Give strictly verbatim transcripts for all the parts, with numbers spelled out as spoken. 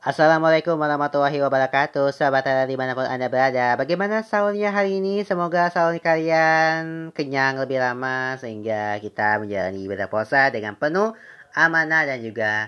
Assalamualaikum warahmatullahi wabarakatuh. Sahabat Hala dimanapun Anda berada. Bagaimana sahurnya hari ini? Semoga sahur kalian kenyang lebih lama sehingga kita menjalani ibadah puasa dengan penuh amanah dan juga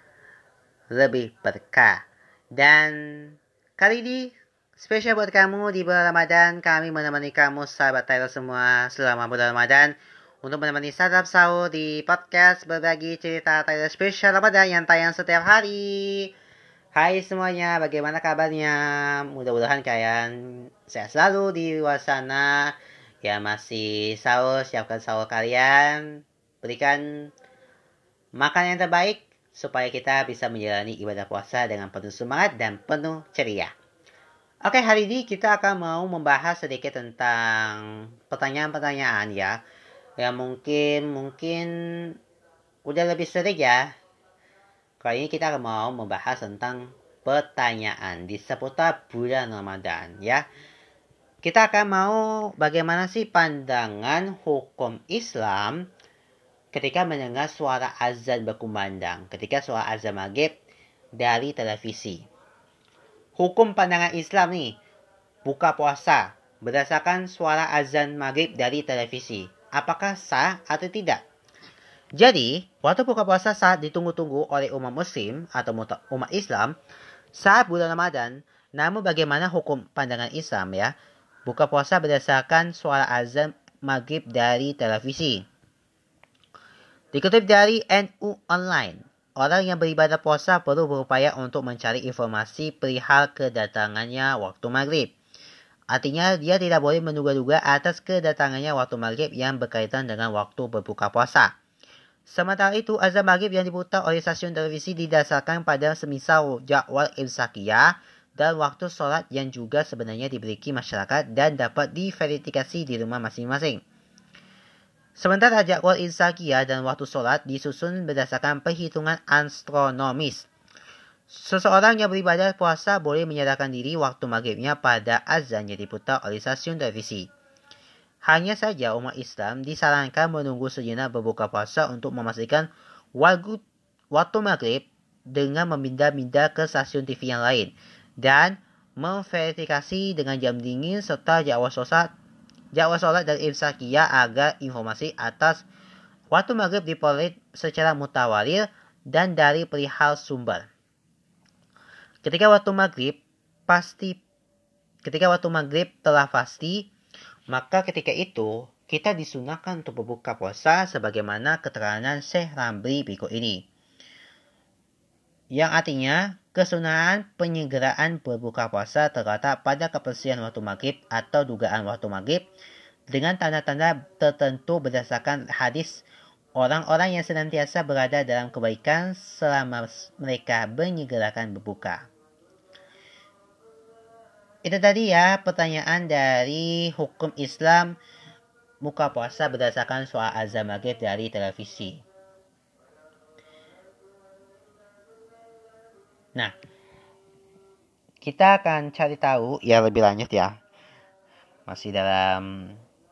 lebih berkah. Dan kali ini spesial buat kamu di bulan Ramadan. Kami menemani kamu sahabat Tyler semua selama bulan Ramadan untuk menemani santap sahur di podcast berbagi cerita Tyler spesial Ramadan yang tayang setiap hari. Hai semuanya, bagaimana kabarnya? Mudah-mudahan kalian sehat selalu di luar sana. Ya masih sahur, siapkan sahur kalian. Berikan makan yang terbaik supaya kita bisa menjalani ibadah puasa dengan penuh semangat dan penuh ceria. Oke, hari ini kita akan mau membahas sedikit tentang pertanyaan-pertanyaan ya. Ya mungkin mungkin udah lebih sering ya. Kali ini kita akan mau membahas tentang pertanyaan di seputar bulan Ramadan ya. Kita akan mau bagaimana sih pandangan hukum Islam ketika mendengar suara azan berkumandang, ketika suara azan maghrib dari televisi. Hukum pandangan Islam nih, buka puasa berdasarkan suara azan maghrib dari televisi. Apakah sah atau tidak? Jadi, waktu buka puasa saat ditunggu-tunggu oleh umat muslim atau umat Islam saat bulan Ramadan, namun bagaimana hukum pandangan Islam ya? Buka puasa berdasarkan suara azan maghrib dari televisi. Dikutip dari N U Online, orang yang beribadah puasa perlu berupaya untuk mencari informasi perihal kedatangannya waktu maghrib. Artinya, dia tidak boleh menduga-duga atas kedatangannya waktu maghrib yang berkaitan dengan waktu berbuka puasa. Sementara itu, azan maghrib yang diputar oleh stasiun televisi didasarkan pada semisal jadwal imsakiyah dan waktu sholat yang juga sebenarnya diberi masyarakat dan dapat diverifikasi di rumah masing-masing. Sementara jadwal imsakiyah dan waktu sholat disusun berdasarkan perhitungan astronomis. Seseorang yang beribadah puasa boleh menyadarkan diri waktu maghribnya pada azan yang diputar oleh stasiun televisi. Hanya saja umat Islam disarankan menunggu sejenak berbuka puasa untuk memastikan waktu, waktu maghrib dengan memindah-mindah ke stasiun T V yang lain dan memverifikasi dengan jam dingin serta jadwal sholat, jadwal sholat dan imsakiyah agar informasi atas waktu maghrib diperoleh secara mutawatir dan dari perihal sumber. Ketika waktu maghrib pasti, ketika waktu maghrib telah pasti, maka ketika itu, kita disunahkan untuk berbuka puasa sebagaimana keterangan Syekh Ramli berikut ini. Yang artinya, kesunahan penyegeraan berbuka puasa terletak pada kepastian waktu maghrib atau dugaan waktu maghrib dengan tanda-tanda tertentu berdasarkan hadis orang-orang yang senantiasa berada dalam kebaikan selama mereka menyegerakan berbuka. Itu tadi ya pertanyaan dari hukum Islam buka puasa berdasarkan suara azan maghrib dari televisi. Nah, kita akan cari tahu ya lebih lanjut ya. Masih dalam...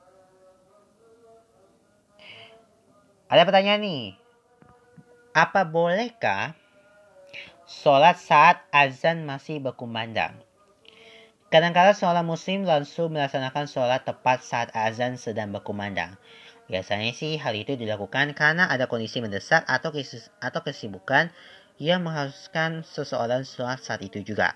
Ada pertanyaan nih. Apa bolehkah sholat saat azan masih berkumandang? Kadang-kadang seorang muslim langsung melaksanakan sholat tepat saat azan sedang berkumandang. Biasanya sih hal itu dilakukan karena ada kondisi mendesak atau, kes- atau kesibukan yang mengharuskan seseorang sholat saat itu juga.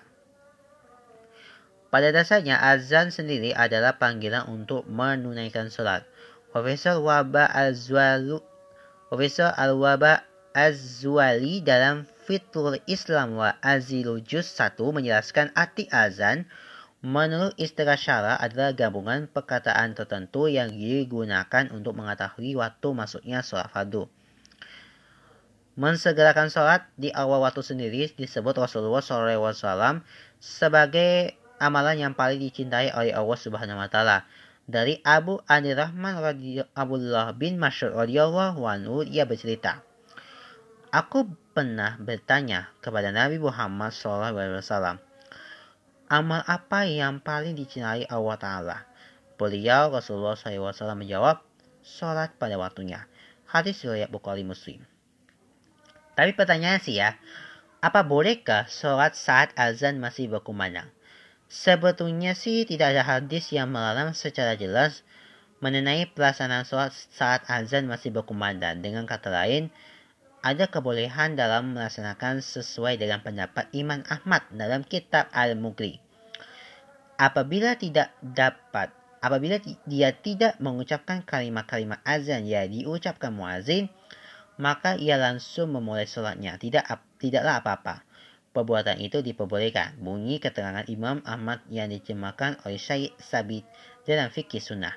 Pada dasarnya azan sendiri adalah panggilan untuk menunaikan sholat. Profesor Waba Azwalu, Profesor Al-Waba Az-Zwali dalam Fitrul Islam wa Azilul Juz satu menjelaskan arti azan. Menurut istilah syara adalah gabungan perkataan tertentu yang digunakan untuk mengetahui waktu masuknya sholat fardu. Mensegerakan sholat di awal waktu sendiri disebut Rasulullah shallallahu alaihi wasallam sebagai amalan yang paling dicintai oleh Allah Subhanahu wa taala. Dari Abu Anirrahman Abdullah bin Mas'ud radhiyallahu anhu, ia bercerita, "Aku pernah bertanya kepada Nabi Muhammad shallallahu alaihi wasallam, amal apa yang paling dicintai Allah Ta'ala? Beliau Rasulullah shallallahu alaihi wasallam menjawab, sholat pada waktunya. Hadis riwayat Bukhari Muslim. Tapi pertanyaan sih ya, Apa bolehkah sholat saat azan masih berkumandang? Sebetulnya sih tidak ada hadis yang melarang secara jelas mengenai pelaksanaan sholat saat azan masih berkumandang. Dengan kata lain, ada kebolehan dalam melaksanakan sesuai dengan pendapat Imam Ahmad dalam kitab Al-Mughni. Apabila tidak dapat, apabila dia tidak mengucapkan kalimat-kalimat azan yang diucapkan muazin, maka ia langsung memulai sholatnya. Tidak, tidaklah apa-apa. Perbuatan itu diperbolehkan. Bunyi keterangan Imam Ahmad yang diterjemahkan oleh Syekh Sabit dalam fikih sunnah.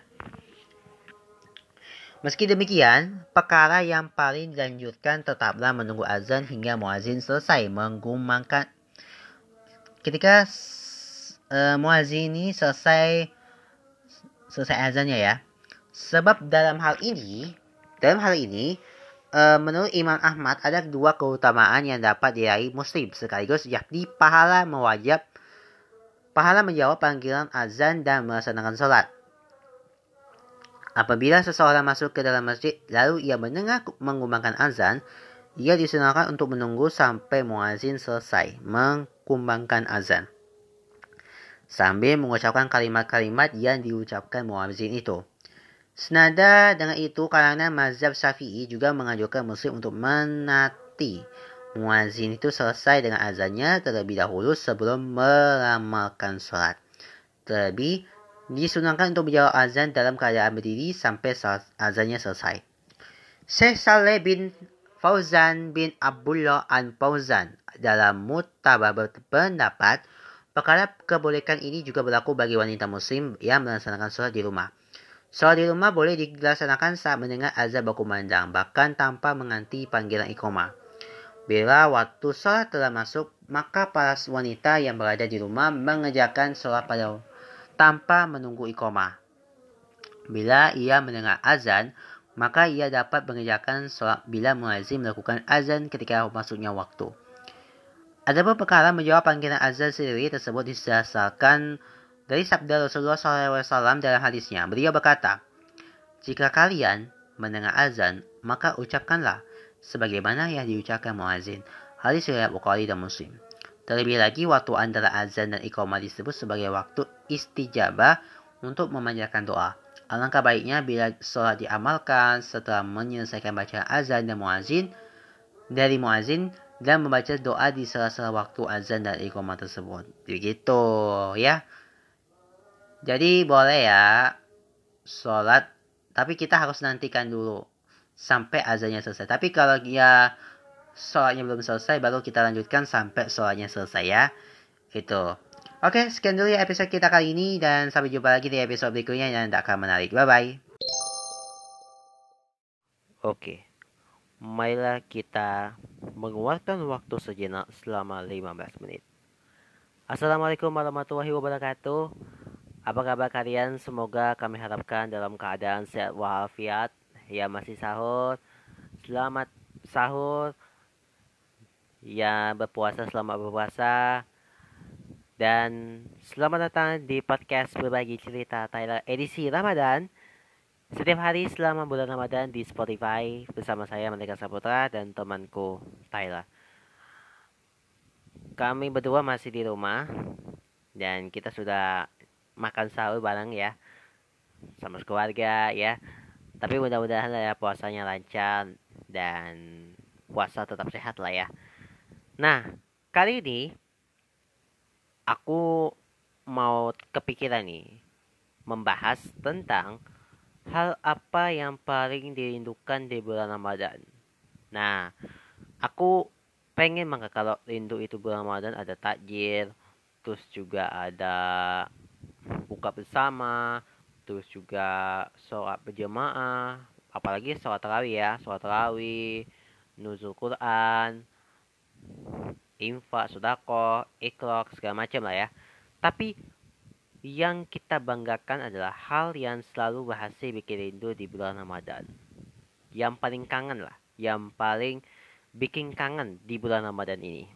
Meski demikian, perkara yang paling dilanjutkan tetaplah menunggu azan hingga muazin selesai mengumandangkan. Ketika uh, muazin ini selesai selesai azannya ya. Sebab dalam hal ini, dalam hal ini Uh, menurut Imam Ahmad ada dua keutamaan yang dapat diraih muslim sekaligus, yakni pahala mewajib, pahala menjawab panggilan azan dan melaksanakan sholat. Apabila seseorang masuk ke dalam masjid lalu ia mendengar mengumandangkan azan, ia disunahkan untuk menunggu sampai muazin selesai mengumandangkan azan sambil mengucapkan kalimat-kalimat yang diucapkan muazin itu. Senada dengan itu, kalangan mazhab Syafi'i juga menganjurkan muslim untuk menanti muazin itu selesai dengan azannya terlebih dahulu sebelum meramalkan sholat. Terlebih, disunahkan untuk menjawab azan dalam keadaan berdiri sampai azannya selesai. Syekh Saleh bin Fauzan bin Abdullah Al-Fauzan dalam Mu'tabar berpendapat, perkara kebolehan ini juga berlaku bagi wanita muslim yang melaksanakan sholat di rumah. Sholat di rumah boleh dilaksanakan saat mendengar azan berkumandang, bahkan tanpa menanti panggilan iqamah. Bila waktu sholat telah masuk, maka para wanita yang berada di rumah mengerjakan sholat pada tanpa menunggu iqamah. Bila ia mendengar azan, maka ia dapat mengerjakan sholat bila muazin melakukan azan ketika masuknya waktu. Adapun perkara menjawab panggilan azan sendiri tersebut didasarkan dari sabda Rasulullah shallallahu alaihi wasallam dalam hadisnya. Beliau berkata, jika kalian mendengar azan, maka ucapkanlah sebagaimana yang diucapkan muazin. Hadis riwayat Bukhari dan Muslim. Terlebih lagi, waktu antara azan dan iqamah disebut sebagai waktu istijabah untuk memanjatkan doa. Alangkah baiknya bila sholat diamalkan setelah menyelesaikan bacaan azan dan muazin dari muazin dan membaca doa di sela-sela waktu azan dan iqamah tersebut. Begitu ya. Jadi boleh ya sholat, tapi kita harus nantikan dulu sampai azannya selesai. Tapi kalau ya sholatnya belum selesai, baru kita lanjutkan sampai sholatnya selesai ya. Itu. Oke, sekian dulu ya episode kita kali ini, dan sampai jumpa lagi di episode berikutnya yang tak akan menarik. Bye-bye. Oke, marilah kita mengeluarkan waktu sejenak selama lima belas menit. Assalamualaikum warahmatullahi wabarakatuh. Apa kabar kalian? Semoga kami harapkan dalam keadaan sehat walafiat. Ya, masih sahur, selamat sahur. Ya, berpuasa, selamat berpuasa. Dan selamat datang di podcast Berbagi Cerita Tyler edisi Ramadan. Setiap hari selama bulan Ramadan di Spotify bersama saya Merdeka Saputra dan temanku Tyler. Kami berdua masih di rumah dan kita sudah makan sahur bareng ya sama keluarga ya. Tapi mudah-mudahan lah ya puasanya lancar dan puasa tetap sehat lah ya. Nah, kali ini aku mau kepikiran nih membahas tentang hal apa yang paling dirindukan di bulan Ramadan. Nah, aku pengen banget kalau rindu itu bulan Ramadan ada takjil, terus juga ada buka bersama, terus juga sholat berjamaah, apalagi sholat tarawih ya, sholat tarawih, nuzul Quran, infak, sedekah, ikhlaq, segala macam lah ya. Tapi yang kita banggakan adalah hal yang selalu berhasil bikin rindu di bulan Ramadan. Yang paling kangen lah, yang paling bikin kangen di bulan Ramadan ini.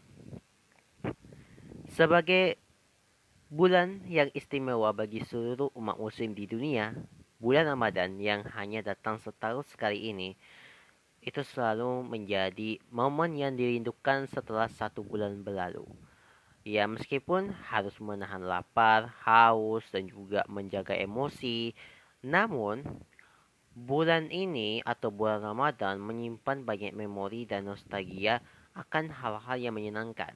Sebagai bulan yang istimewa bagi seluruh umat muslim di dunia, bulan Ramadan yang hanya datang setahun sekali ini itu selalu menjadi momen yang dirindukan setelah satu bulan berlalu. Ya, meskipun harus menahan lapar, haus, dan juga menjaga emosi, namun bulan ini atau bulan Ramadan menyimpan banyak memori dan nostalgia akan hal-hal yang menyenangkan.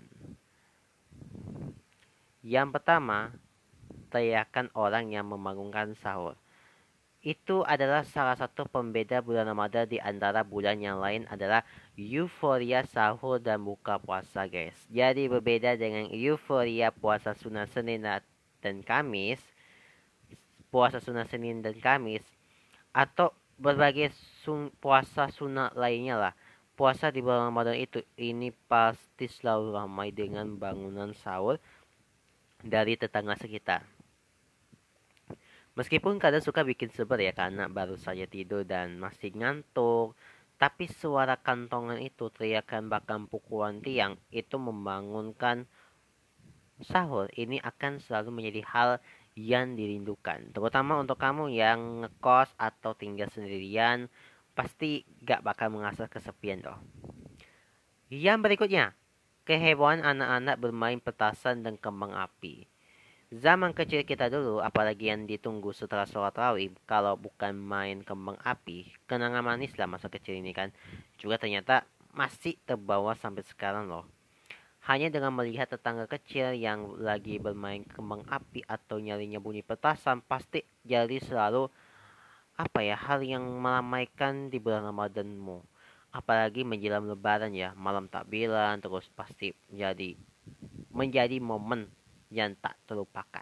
Yang pertama, teriakan orang yang membangunkan sahur. Itu adalah salah satu pembeda bulan Ramadan di antara bulan yang lain adalah euforia sahur dan buka puasa, guys. Jadi berbeda dengan euforia puasa sunnah Senin dan Kamis, puasa sunnah Senin dan Kamis, atau berbagai sun puasa sunnah lainnya lah. Puasa di bulan Ramadan itu ini pasti selalu ramai dengan bangunan sahur dari tetangga sekitar. Meskipun kadang suka bikin seber ya karena baru saja tidur dan masih ngantuk, tapi suara kantongan itu, teriakan bahkan pukulan tiang itu membangunkan sahur. Ini akan selalu menjadi hal yang dirindukan. Terutama untuk kamu yang ngekos atau tinggal sendirian, pasti gak bakal merasa kesepian loh. Yang berikutnya, kehebohan anak-anak bermain petasan dan kembang api. Zaman kecil kita dulu, apalagi yang ditunggu setelah sholat tarawih, kalau bukan main kembang api, kenangan manis lah masa kecil ini kan. Juga ternyata masih terbawa sampai sekarang loh. Hanya dengan melihat tetangga kecil yang lagi bermain kembang api atau nyalinya bunyi petasan, pasti jadi selalu apa ya, hal yang meramaikan di bulan Ramadanmu. Apalagi menjelang lebaran ya, malam takbiran terus pasti jadi menjadi momen yang tak terlupakan.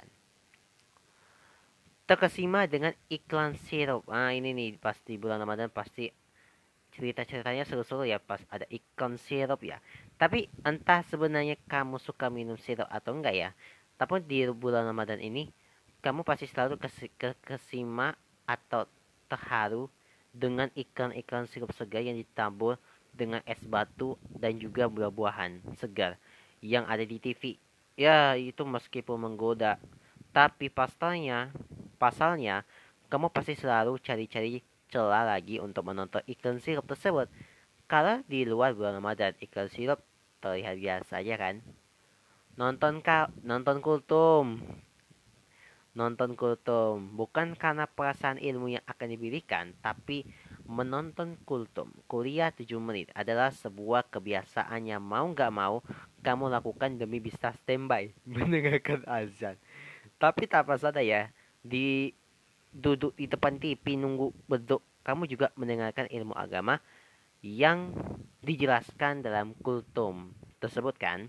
Terkesima dengan iklan sirup. Ah, ini nih pasti bulan Ramadan pasti cerita-ceritanya seru-seru ya pas ada iklan sirup ya. Tapi entah sebenarnya kamu suka minum sirup atau enggak ya. Tapi di bulan Ramadan ini kamu pasti selalu kesima atau terharu dengan iklan-iklan sirup segar yang ditabur dengan es batu dan juga buah-buahan segar yang ada di T V. Ya, itu meskipun menggoda, tapi pasalnya, pasalnya kamu pasti selalu cari-cari celah lagi untuk menonton iklan sirup tersebut. Kalau di luar bulan Ramadan, iklan sirup terlihat biasa aja kan? Nonton kau, nonton kultum, nonton kultum. Bukan karena perasaan ilmu yang akan diberikan, tapi menonton kultum, kuliah tujuh menit, adalah sebuah kebiasaan yang mau gak mau kamu lakukan demi bisa standby mendengarkan azan. Tapi tak apa saja ya, di duduk di depan T V nunggu beduk, kamu juga mendengarkan ilmu agama yang dijelaskan dalam kultum tersebut kan.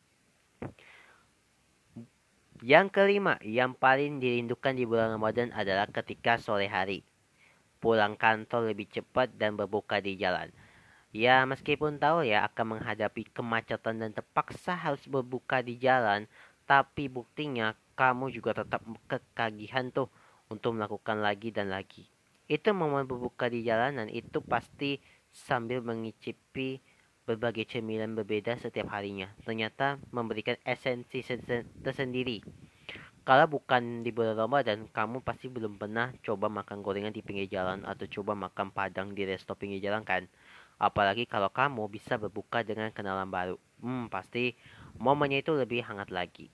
Yang kelima, yang paling dirindukan di bulan Ramadan adalah ketika sore hari. Pulang kantor lebih cepat dan berbuka di jalan. Ya, meskipun tahu ya akan menghadapi kemacetan dan terpaksa harus berbuka di jalan, tapi buktinya kamu juga tetap kekagihan tuh untuk melakukan lagi dan lagi. Itu momen berbuka di jalanan itu pasti sambil mengicipi berbagai cemilan berbeda setiap harinya. Ternyata memberikan esensi tersendiri. Kalau bukan di bulan Ramadan, kamu pasti belum pernah coba makan gorengan di pinggir jalan atau coba makan padang di resto pinggir jalan kan? Apalagi kalau kamu bisa berbuka dengan kenalan baru. Hmm, pasti momennya itu lebih hangat lagi.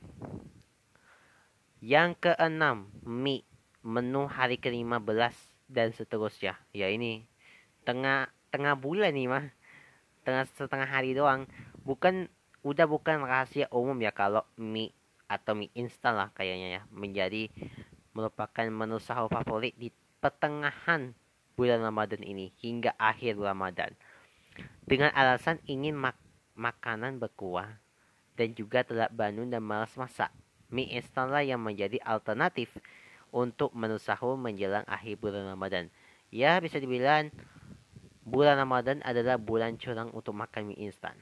Yang keenam, mie. Menu hari kelima belas dan seterusnya. Ya ini, tengah tengah bulan nih mah. Tengah setengah hari doang. Bukan, udah bukan rahasia umum ya kalau mie atau mie instan lah kayaknya ya. Menjadi merupakan menu sahur favorit di pertengahan bulan Ramadan ini hingga akhir Ramadan. Dengan alasan ingin mak makanan berkuah dan juga telat bangun dan malas masak. Mie instan lah yang menjadi alternatif untuk menu sahur menjelang akhir bulan Ramadan. Ya, bisa dibilang bulan Ramadan adalah bulan curang untuk makan mie instan.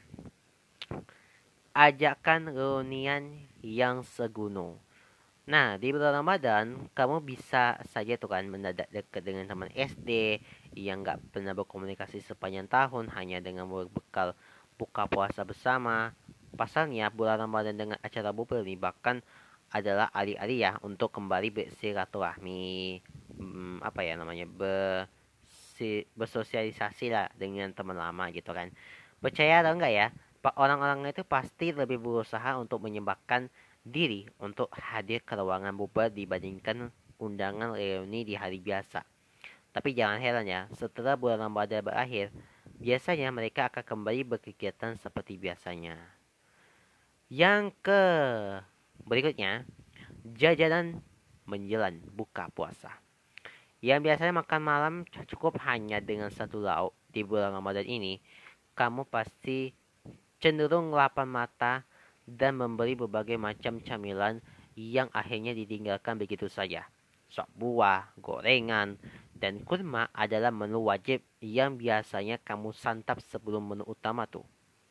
Ajakan reunian yang seguno. Nah, di bulan Ramadan, kamu bisa saja tuh kan mendadak dekat dengan teman S D yang nggak pernah berkomunikasi sepanjang tahun hanya dengan berbekal buka puasa bersama. Pasalnya, bulan Ramadan dengan acara bubur ini bahkan adalah alih-alih ya untuk kembali bersilaturahmi, hmm, apa ya namanya, bersilaturahmi bersosi, bersosialisasi lah dengan teman lama gitu kan. Percaya atau enggak ya, orang-orang itu pasti lebih berusaha untuk menyempatkan diri untuk hadir ke ruangan bukber dibandingkan undangan reuni di hari biasa. Tapi jangan heran ya, setelah bulan Ramadan berakhir, biasanya mereka akan kembali berkegiatan seperti biasanya. Yang ke berikutnya, jajanan menjelang buka puasa. Yang biasanya makan malam cukup hanya dengan satu lauk di bulan Ramadan ini, kamu pasti cenderung lapar mata dan membeli berbagai macam camilan yang akhirnya ditinggalkan begitu saja. Sop buah, gorengan, dan kurma adalah menu wajib yang biasanya kamu santap sebelum menu utama tuh.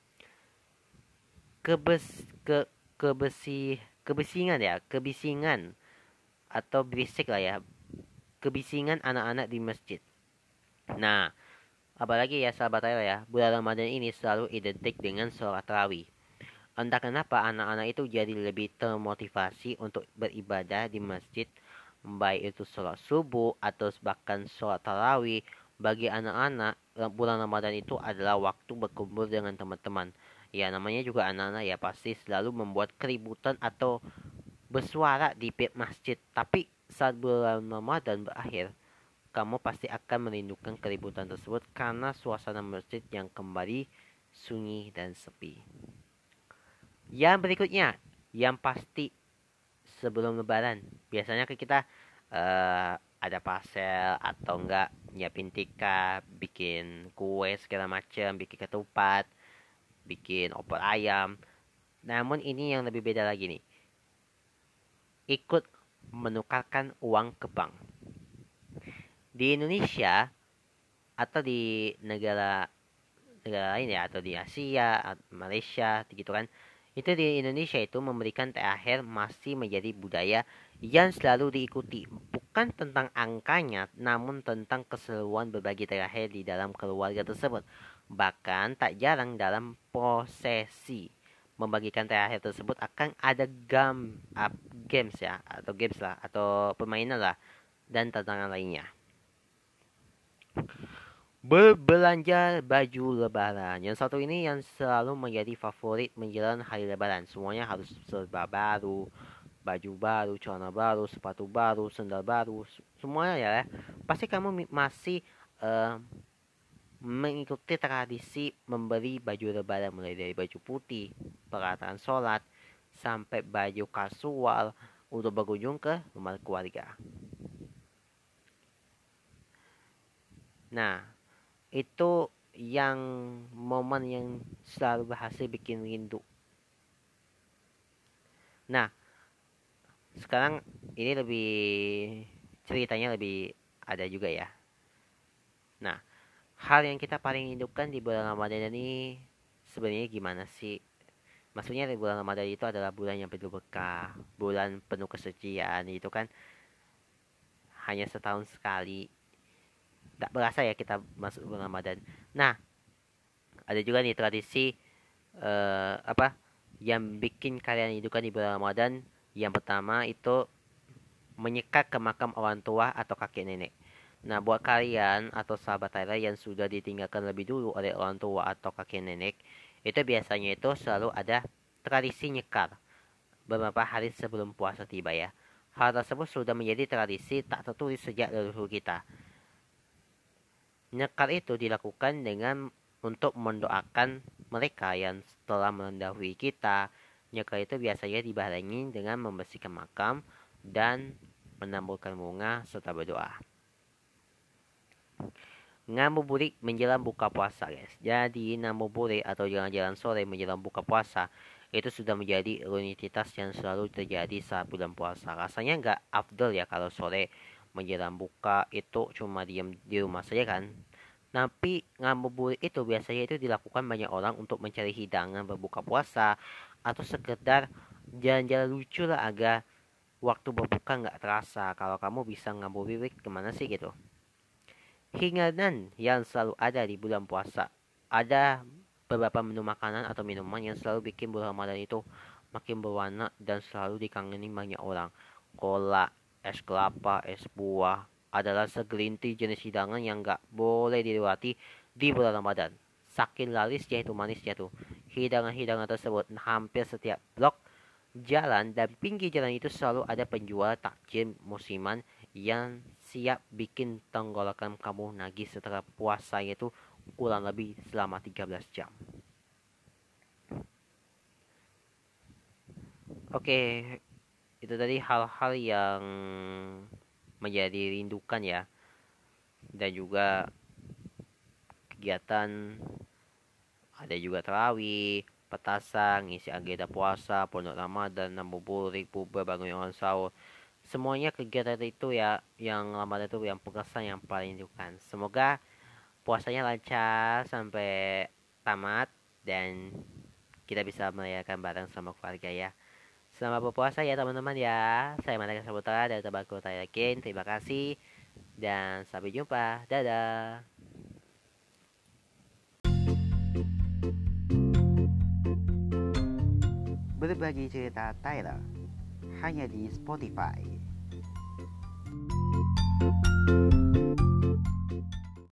Kebes, ke, kebesi, kebisingan ya, kebisingan atau berisik lah ya, kebisingan anak-anak di masjid. Nah, apalagi ya sahabat Ayla ya, bulan Ramadan ini selalu identik dengan sholat tarawih. Entah kenapa anak-anak itu jadi lebih termotivasi untuk beribadah di masjid, baik itu sholat subuh atau bahkan sholat tarawih. Bagi anak-anak, bulan Ramadan itu adalah waktu berkumpul dengan teman-teman. Ya namanya juga anak-anak ya pasti selalu membuat keributan atau bersuara di pihak masjid. Tapi saat bulan Ramadan berakhir, kamu pasti akan merindukan keributan tersebut karena suasana masjid yang kembali sunyi dan sepi. Yang berikutnya, yang pasti sebelum lebaran, biasanya kita uh, ada pasel atau enggak nyiapin tikar, bikin kue segala macam, bikin ketupat, bikin opor ayam. Namun ini yang lebih beda lagi nih. Ikut menukarkan uang ke bank. Di Indonesia atau di negara negara lain ya, atau di Asia, Malaysia gitu kan. Itu di Indonesia itu memberikan T H R masih menjadi budaya yang selalu diikuti. Bukan tentang angkanya, namun tentang keseruan berbagi T H R di dalam keluarga tersebut. Bahkan tak jarang dalam prosesi membagikan T H R tersebut akan ada game, up, games ya, atau games lah, atau permainan lah, dan tantangan lainnya. Berbelanja baju lebaran. Yang satu ini yang selalu menjadi favorit menjelang hari lebaran. Semuanya harus serba baru, baju baru, celana baru, sepatu baru, sandal baru, semuanya ya. Pasti kamu masih uh, mengikuti tradisi memberi baju lebaran, mulai dari baju putih, peralatan sholat, sampai baju kasual untuk berkunjung ke rumah keluarga. Nah, itu yang momen yang selalu berhasil bikin rindu. Nah, sekarang ini lebih ceritanya lebih ada juga ya. Nah, hal yang kita paling rindukan di bulan Ramadan ini sebenarnya gimana sih? Maksudnya di bulan Ramadan itu adalah bulan yang penuh berkah, bulan penuh kesucian, itu kan hanya setahun sekali. Tak berasa ya kita masuk bulan Ramadan. Nah, ada juga nih tradisi uh, apa yang bikin kalian hidupkan di bulan Ramadan. Yang pertama itu menyekat ke makam orang tua atau kakek nenek. Nah, buat kalian atau sahabat Tyler yang sudah ditinggalkan lebih dulu oleh orang tua atau kakek nenek, itu biasanya itu selalu ada tradisi nyekar beberapa hari sebelum puasa tiba ya. Hal tersebut sudah menjadi tradisi tak tertulis sejak leluhur kita. Nyekar itu dilakukan dengan untuk mendoakan mereka yang telah mendahului kita. Nyekar itu biasanya dibarengi dengan membersihkan makam dan menaburkan bunga serta berdoa. Ngabuburit menjelang buka puasa, guys. Jadi ngabuburit atau jalan-jalan sore menjelang buka puasa itu sudah menjadi rutinitas yang selalu terjadi saat bulan puasa. Rasanya nggak afdol ya kalau sore menjelang buka itu cuma diam di rumah saja kan. Tapi ngabuburit itu biasanya itu dilakukan banyak orang untuk mencari hidangan berbuka puasa atau sekedar jalan-jalan lucu lah agar waktu berbuka nggak terasa. Kalau kamu bisa ngabuburit kemana sih gitu? Hidangan yang selalu ada di bulan puasa. Ada beberapa menu makanan atau minuman yang selalu bikin bulan Ramadan itu makin berwarna dan selalu dikangeni banyak orang. Cola, es kelapa, es buah, adalah segelintir jenis hidangan yang nggak boleh dilewati di bulan Ramadan. Saking larisnya itu manisnya tuh. Hidangan-hidangan tersebut hampir setiap blok jalan dan pinggir jalan itu selalu ada penjual takjil musiman yang siap bikin tenggorokan kamu nagih setelah puasanya itu kurang lebih selama tiga belas jam. Oke, itu tadi hal-hal yang menjadi rindukan ya. Dan juga kegiatan, ada juga tarawih, petasan, ngisi agenda puasa, pondok Ramadan, ngabuburit, bubur, bangun orang sahur. Semuanya kegiatan itu ya, yang Ramadan itu yang berkesan, yang paling rindukan. Semoga puasanya lancar sampai tamat dan kita bisa merayakan bareng sama keluarga ya. Selamat berpuasa ya teman-teman ya. Saya Malaikat Saputra dari Tembakau Tayakin. Terima kasih dan sampai jumpa. Dadah. Berbagi cerita Tyler hanya di Spotify.